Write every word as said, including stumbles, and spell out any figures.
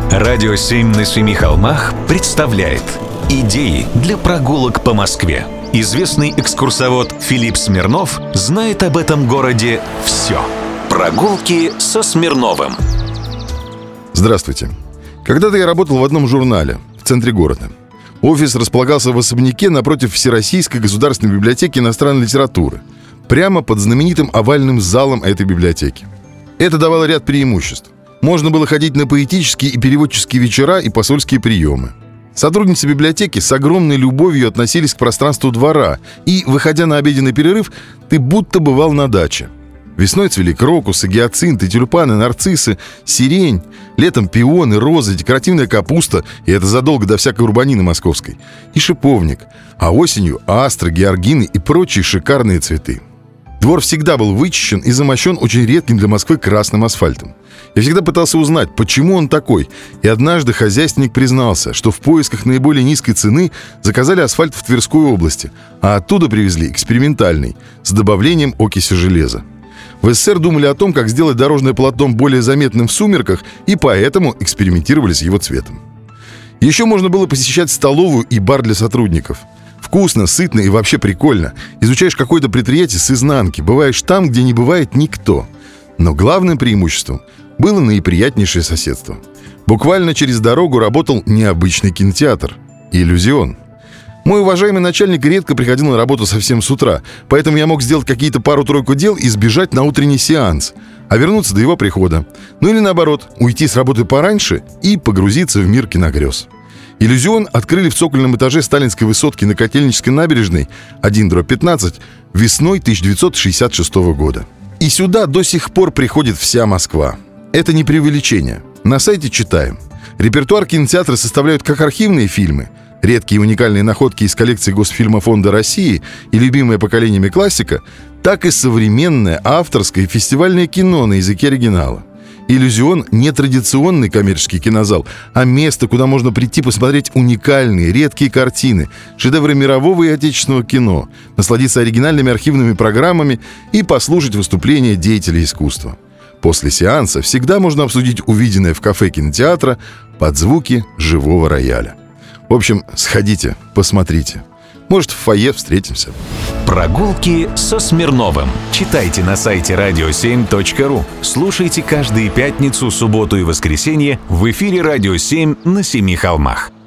Радио семь на семи холмах представляет идеи для прогулок по Москве. Известный экскурсовод Филипп Смирнов знает об этом городе все. Прогулки со Смирновым. Здравствуйте. Когда-то я работал в одном журнале в центре города. Офис располагался в особняке напротив Всероссийской государственной библиотеки иностранной литературы, прямо под знаменитым овальным залом этой библиотеки. Это давало ряд преимуществ. Можно было ходить на поэтические и переводческие вечера и посольские приемы. Сотрудницы библиотеки с огромной любовью относились к пространству двора, и, выходя на обеденный перерыв, ты будто бывал на даче. Весной цвели крокусы, гиацинты, тюльпаны, нарциссы, сирень, летом пионы, розы, декоративная капуста, и это задолго до всякой урбанины московской, и шиповник, а осенью астры, георгины и прочие шикарные цветы. Двор всегда был вычищен и замощен очень редким для Москвы красным асфальтом. Я всегда пытался узнать, почему он такой, и однажды хозяйственник признался, что в поисках наиболее низкой цены заказали асфальт в Тверской области, а оттуда привезли экспериментальный, с добавлением окиси железа. В СССР думали о том, как сделать дорожное полотно более заметным в сумерках, и поэтому экспериментировали с его цветом. Еще можно было посещать столовую и бар для сотрудников. Вкусно, сытно и вообще прикольно. Изучаешь какое-то предприятие с изнанки, бываешь там, где не бывает никто. Но главным преимуществом было наиприятнейшее соседство. Буквально через дорогу работал необычный кинотеатр «Иллюзион». Мой уважаемый начальник редко приходил на работу совсем с утра, поэтому я мог сделать какие-то пару-тройку дел и сбежать на утренний сеанс, а вернуться до его прихода. Ну или наоборот, уйти с работы пораньше и погрузиться в мир киногрез. «Иллюзион» открыли в цокольном этаже сталинской высотки на Котельнической набережной один дробь пятнадцать весной тысяча девятьсот шестьдесят шестого года. И сюда до сих пор приходит вся Москва. Это не преувеличение. На сайте читаем. Репертуар кинотеатра составляют как архивные фильмы, редкие уникальные находки из коллекции Госфильмофонда России и любимое поколениями классика, так и современное авторское и фестивальное кино на языке оригинала. «Иллюзион» — не традиционный коммерческий кинозал, а место, куда можно прийти посмотреть уникальные, редкие картины, шедевры мирового и отечественного кино, насладиться оригинальными архивными программами и послушать выступления деятелей искусства. После сеанса всегда можно обсудить увиденное в кафе кинотеатра под звуки живого рояля. В общем, сходите, посмотрите. Может, в фойе встретимся. Прогулки со Смирновым. Читайте на сайте радио семь точка ру. Слушайте каждые пятницу, субботу и воскресенье в эфире «Радио семь» на Семи холмах.